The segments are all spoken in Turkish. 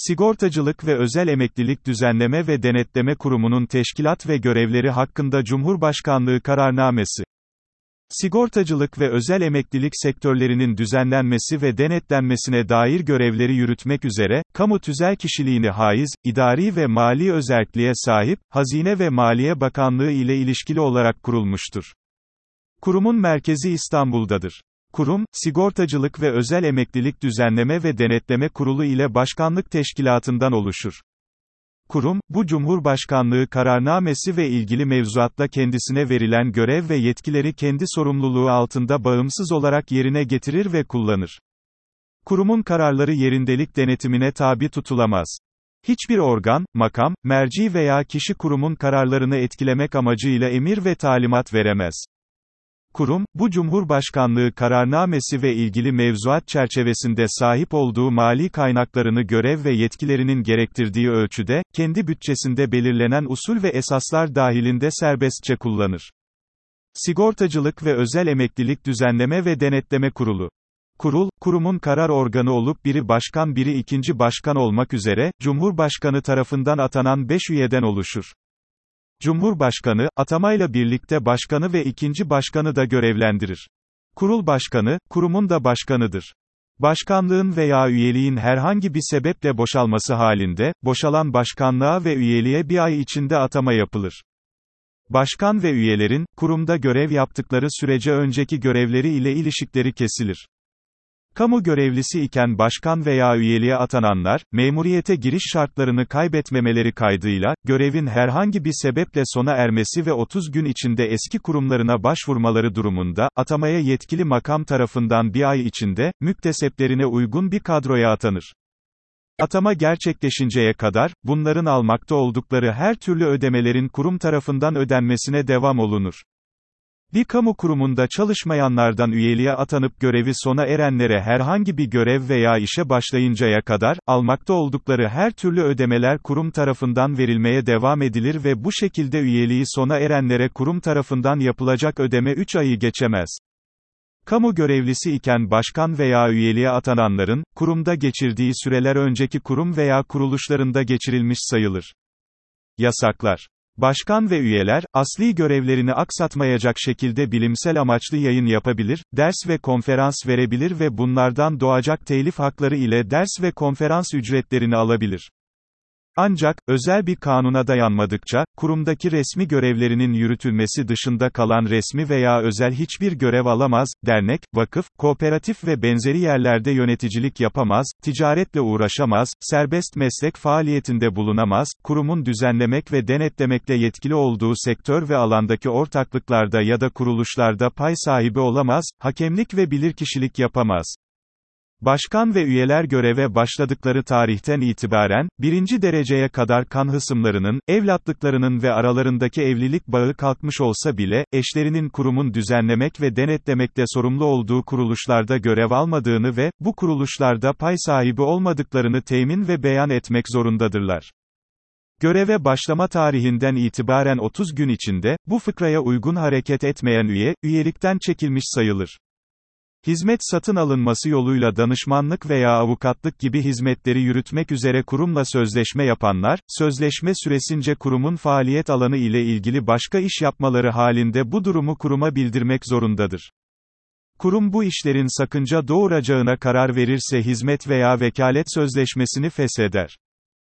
Sigortacılık ve Özel Emeklilik Düzenleme ve Denetleme Kurumu'nun teşkilat ve görevleri hakkında Cumhurbaşkanlığı kararnamesi. Sigortacılık ve özel emeklilik sektörlerinin düzenlenmesi ve denetlenmesine dair görevleri yürütmek üzere, kamu tüzel kişiliğini haiz, idari ve mali özelliğe sahip, Hazine ve Maliye Bakanlığı ile ilişkili olarak kurulmuştur. Kurumun merkezi İstanbul'dadır. Kurum, Sigortacılık ve Özel Emeklilik Düzenleme ve Denetleme Kurulu ile Başkanlık Teşkilatı'ndan oluşur. Kurum, bu Cumhurbaşkanlığı kararnamesi ve ilgili mevzuatla kendisine verilen görev ve yetkileri kendi sorumluluğu altında bağımsız olarak yerine getirir ve kullanır. Kurumun kararları yerindelik denetimine tabi tutulamaz. Hiçbir organ, makam, merci veya kişi kurumun kararlarını etkilemek amacıyla emir ve talimat veremez. Kurum, bu Cumhurbaşkanlığı kararnamesi ve ilgili mevzuat çerçevesinde sahip olduğu mali kaynaklarını görev ve yetkilerinin gerektirdiği ölçüde, kendi bütçesinde belirlenen usul ve esaslar dahilinde serbestçe kullanır. Sigortacılık ve Özel Emeklilik Düzenleme ve Denetleme Kurulu. Kurul, kurumun karar organı olup biri başkan biri ikinci başkan olmak üzere, Cumhurbaşkanı tarafından atanan 5 üyeden oluşur. Cumhurbaşkanı, atamayla birlikte başkanı ve ikinci başkanı da görevlendirir. Kurul başkanı, kurumun da başkanıdır. Başkanlığın veya üyeliğin herhangi bir sebeple boşalması halinde, boşalan başkanlığa ve üyeliğe bir ay içinde atama yapılır. Başkan ve üyelerin, kurumda görev yaptıkları sürece önceki görevleri ile ilişikleri kesilir. Kamu görevlisi iken başkan veya üyeliğe atananlar, memuriyete giriş şartlarını kaybetmemeleri kaydıyla, görevin herhangi bir sebeple sona ermesi ve 30 gün içinde eski kurumlarına başvurmaları durumunda, atamaya yetkili makam tarafından bir ay içinde, mükteseplerine uygun bir kadroya atanır. Atama gerçekleşinceye kadar, bunların almakta oldukları her türlü ödemelerin kurum tarafından ödenmesine devam olunur. Bir kamu kurumunda çalışmayanlardan üyeliğe atanıp görevi sona erenlere herhangi bir görev veya işe başlayıncaya kadar, almakta oldukları her türlü ödemeler kurum tarafından verilmeye devam edilir ve bu şekilde üyeliği sona erenlere kurum tarafından yapılacak ödeme 3 ayı geçemez. Kamu görevlisi iken başkan veya üyeliğe atananların, kurumda geçirdiği süreler önceki kurum veya kuruluşlarında geçirilmiş sayılır. Yasaklar. Başkan ve üyeler, asli görevlerini aksatmayacak şekilde bilimsel amaçlı yayın yapabilir, ders ve konferans verebilir ve bunlardan doğacak telif hakları ile ders ve konferans ücretlerini alabilir. Ancak, özel bir kanuna dayanmadıkça, kurumdaki resmi görevlerinin yürütülmesi dışında kalan resmi veya özel hiçbir görev alamaz, dernek, vakıf, kooperatif ve benzeri yerlerde yöneticilik yapamaz, ticaretle uğraşamaz, serbest meslek faaliyetinde bulunamaz, kurumun düzenlemek ve denetlemekle yetkili olduğu sektör ve alandaki ortaklıklarda ya da kuruluşlarda pay sahibi olamaz, hakemlik ve bilirkişilik yapamaz. Başkan ve üyeler göreve başladıkları tarihten itibaren, birinci dereceye kadar kan hısımlarının, evlatlıklarının ve aralarındaki evlilik bağı kalkmış olsa bile, eşlerinin kurumun düzenlemek ve denetlemekte sorumlu olduğu kuruluşlarda görev almadığını ve, bu kuruluşlarda pay sahibi olmadıklarını temin ve beyan etmek zorundadırlar. Göreve başlama tarihinden itibaren 30 gün içinde, bu fıkraya uygun hareket etmeyen üye, üyelikten çekilmiş sayılır. Hizmet satın alınması yoluyla danışmanlık veya avukatlık gibi hizmetleri yürütmek üzere kurumla sözleşme yapanlar, sözleşme süresince kurumun faaliyet alanı ile ilgili başka iş yapmaları halinde bu durumu kuruma bildirmek zorundadır. Kurum bu işlerin sakınca doğuracağına karar verirse hizmet veya vekalet sözleşmesini fesheder.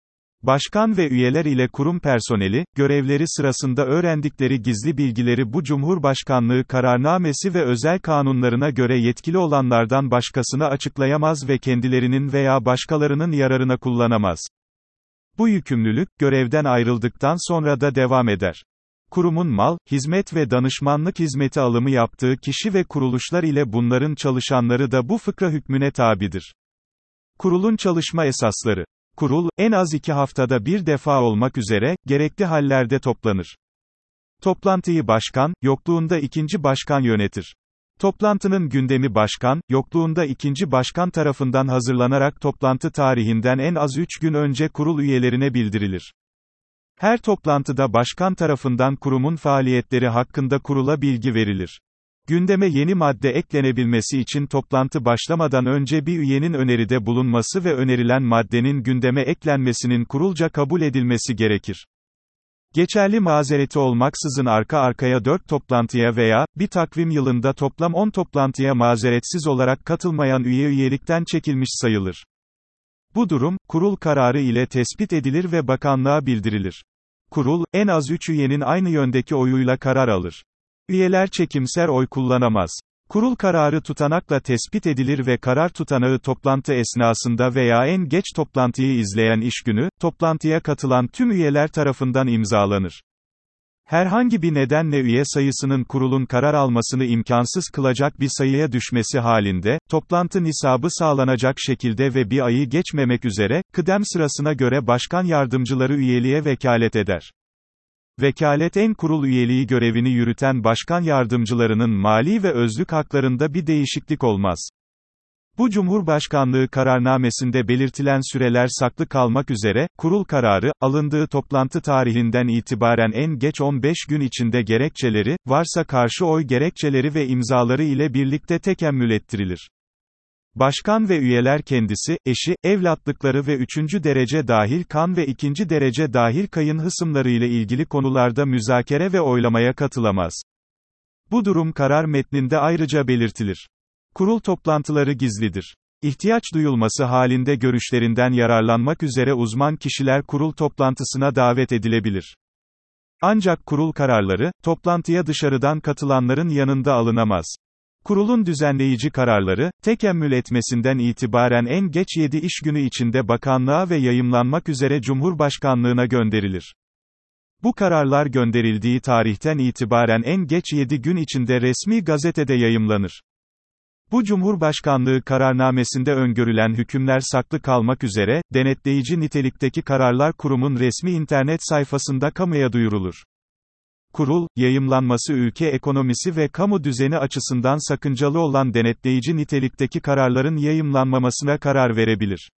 Başkan ve üyeler ile kurum personeli, görevleri sırasında öğrendikleri gizli bilgileri bu Cumhurbaşkanlığı kararnamesi ve özel kanunlarına göre yetkili olanlardan başkasına açıklayamaz ve kendilerinin veya başkalarının yararına kullanamaz. Bu yükümlülük, görevden ayrıldıktan sonra da devam eder. Kurumun mal, hizmet ve danışmanlık hizmeti alımı yaptığı kişi ve kuruluşlar ile bunların çalışanları da bu fıkra hükmüne tabidir. Kurulun çalışma esasları. Kurul, en az 2 haftada bir defa olmak üzere, gerekli hallerde toplanır. Toplantıyı başkan, yokluğunda ikinci başkan yönetir. Toplantının gündemi başkan, yokluğunda ikinci başkan tarafından hazırlanarak toplantı tarihinden en az 3 gün önce kurul üyelerine bildirilir. Her toplantıda başkan tarafından kurumun faaliyetleri hakkında kurula bilgi verilir. Gündeme yeni madde eklenebilmesi için toplantı başlamadan önce bir üyenin öneride bulunması ve önerilen maddenin gündeme eklenmesinin kurulca kabul edilmesi gerekir. Geçerli mazereti olmaksızın arka arkaya 4 toplantıya veya, bir takvim yılında toplam 10 toplantıya mazeretsiz olarak katılmayan üye üyelikten çekilmiş sayılır. Bu durum, kurul kararı ile tespit edilir ve bakanlığa bildirilir. Kurul, en az 3 üyenin aynı yöndeki oyuyla karar alır. Üyeler çekimser oy kullanamaz. Kurul kararı tutanakla tespit edilir ve karar tutanağı toplantı esnasında veya en geç toplantıyı izleyen iş günü, toplantıya katılan tüm üyeler tarafından imzalanır. Herhangi bir nedenle üye sayısının kurulun karar almasını imkansız kılacak bir sayıya düşmesi halinde, toplantı nisabı sağlanacak şekilde ve bir ayı geçmemek üzere, kıdem sırasına göre başkan yardımcıları üyeliğe vekalet eder. Vekalet kurul üyeliği görevini yürüten başkan yardımcılarının mali ve özlük haklarında bir değişiklik olmaz. Bu Cumhurbaşkanlığı kararnamesinde belirtilen süreler saklı kalmak üzere, kurul kararı, alındığı toplantı tarihinden itibaren en geç 15 gün içinde gerekçeleri, varsa karşı oy gerekçeleri ve imzaları ile birlikte tekemmül ettirilir. Başkan ve üyeler kendisi, eşi, evlatlıkları ve 3. derece dahil kan ve 2. derece dahil kayın hısımları ile ilgili konularda müzakere ve oylamaya katılamaz. Bu durum karar metninde ayrıca belirtilir. Kurul toplantıları gizlidir. İhtiyaç duyulması halinde görüşlerinden yararlanmak üzere uzman kişiler kurul toplantısına davet edilebilir. Ancak kurul kararları, toplantıya dışarıdan katılanların yanında alınamaz. Kurulun düzenleyici kararları, tekemmül etmesinden itibaren en geç 7 iş günü içinde bakanlığa ve yayımlanmak üzere Cumhurbaşkanlığına gönderilir. Bu kararlar gönderildiği tarihten itibaren en geç 7 gün içinde resmi gazetede yayımlanır. Bu Cumhurbaşkanlığı kararnamesinde öngörülen hükümler saklı kalmak üzere, denetleyici nitelikteki kararlar kurumun resmi internet sayfasında kamuya duyurulur. Kurul, yayımlanması ülke ekonomisi ve kamu düzeni açısından sakıncalı olan denetleyici nitelikteki kararların yayımlanmamasına karar verebilir.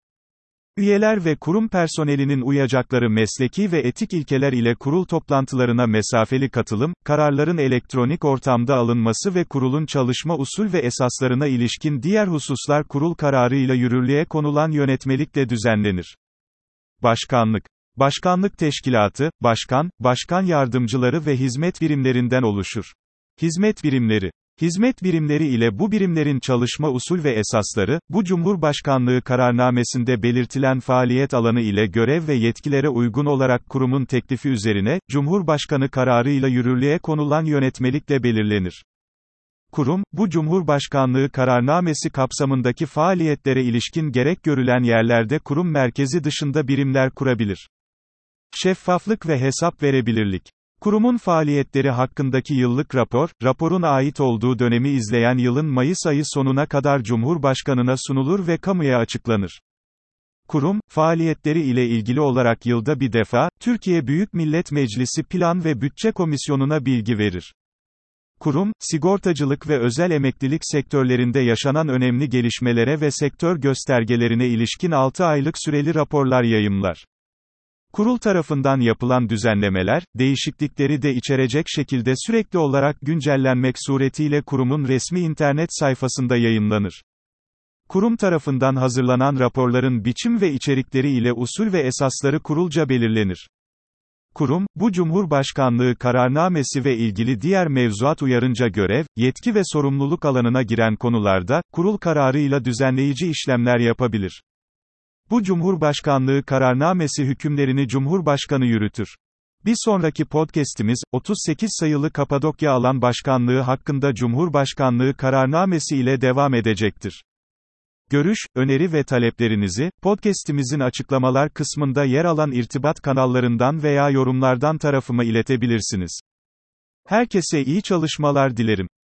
Üyeler ve kurum personelinin uyacakları mesleki ve etik ilkeler ile kurul toplantılarına mesafeli katılım, kararların elektronik ortamda alınması ve kurulun çalışma usul ve esaslarına ilişkin diğer hususlar kurul kararıyla yürürlüğe konulan yönetmelikle düzenlenir. Başkanlık. Başkanlık teşkilatı, başkan, başkan yardımcıları ve hizmet birimlerinden oluşur. Hizmet birimleri. Hizmet birimleri ile bu birimlerin çalışma usul ve esasları, bu Cumhurbaşkanlığı kararnamesinde belirtilen faaliyet alanı ile görev ve yetkilere uygun olarak kurumun teklifi üzerine, Cumhurbaşkanı kararıyla yürürlüğe konulan yönetmelikle belirlenir. Kurum, bu Cumhurbaşkanlığı kararnamesi kapsamındaki faaliyetlere ilişkin gerek görülen yerlerde kurum merkezi dışında birimler kurabilir. Şeffaflık ve hesap verebilirlik. Kurumun faaliyetleri hakkındaki yıllık rapor, raporun ait olduğu dönemi izleyen yılın Mayıs ayı sonuna kadar Cumhurbaşkanına sunulur ve kamuya açıklanır. Kurum, faaliyetleri ile ilgili olarak yılda bir defa, Türkiye Büyük Millet Meclisi Plan ve Bütçe Komisyonu'na bilgi verir. Kurum, sigortacılık ve özel emeklilik sektörlerinde yaşanan önemli gelişmelere ve sektör göstergelerine ilişkin 6 aylık süreli raporlar yayımlar. Kurul tarafından yapılan düzenlemeler, değişiklikleri de içerecek şekilde sürekli olarak güncellenmek suretiyle kurumun resmi internet sayfasında yayımlanır. Kurum tarafından hazırlanan raporların biçim ve içerikleri ile usul ve esasları kurulca belirlenir. Kurum, bu Cumhurbaşkanlığı kararnamesi ve ilgili diğer mevzuat uyarınca görev, yetki ve sorumluluk alanına giren konularda, kurul kararıyla düzenleyici işlemler yapabilir. Bu Cumhurbaşkanlığı kararnamesi hükümlerini Cumhurbaşkanı yürütür. Bir sonraki podcast'imiz, 38 sayılı Kapadokya Alan Başkanlığı hakkında Cumhurbaşkanlığı kararnamesi ile devam edecektir. Görüş, öneri ve taleplerinizi, podcast'imizin açıklamalar kısmında yer alan irtibat kanallarından veya yorumlardan tarafıma iletebilirsiniz. Herkese iyi çalışmalar dilerim.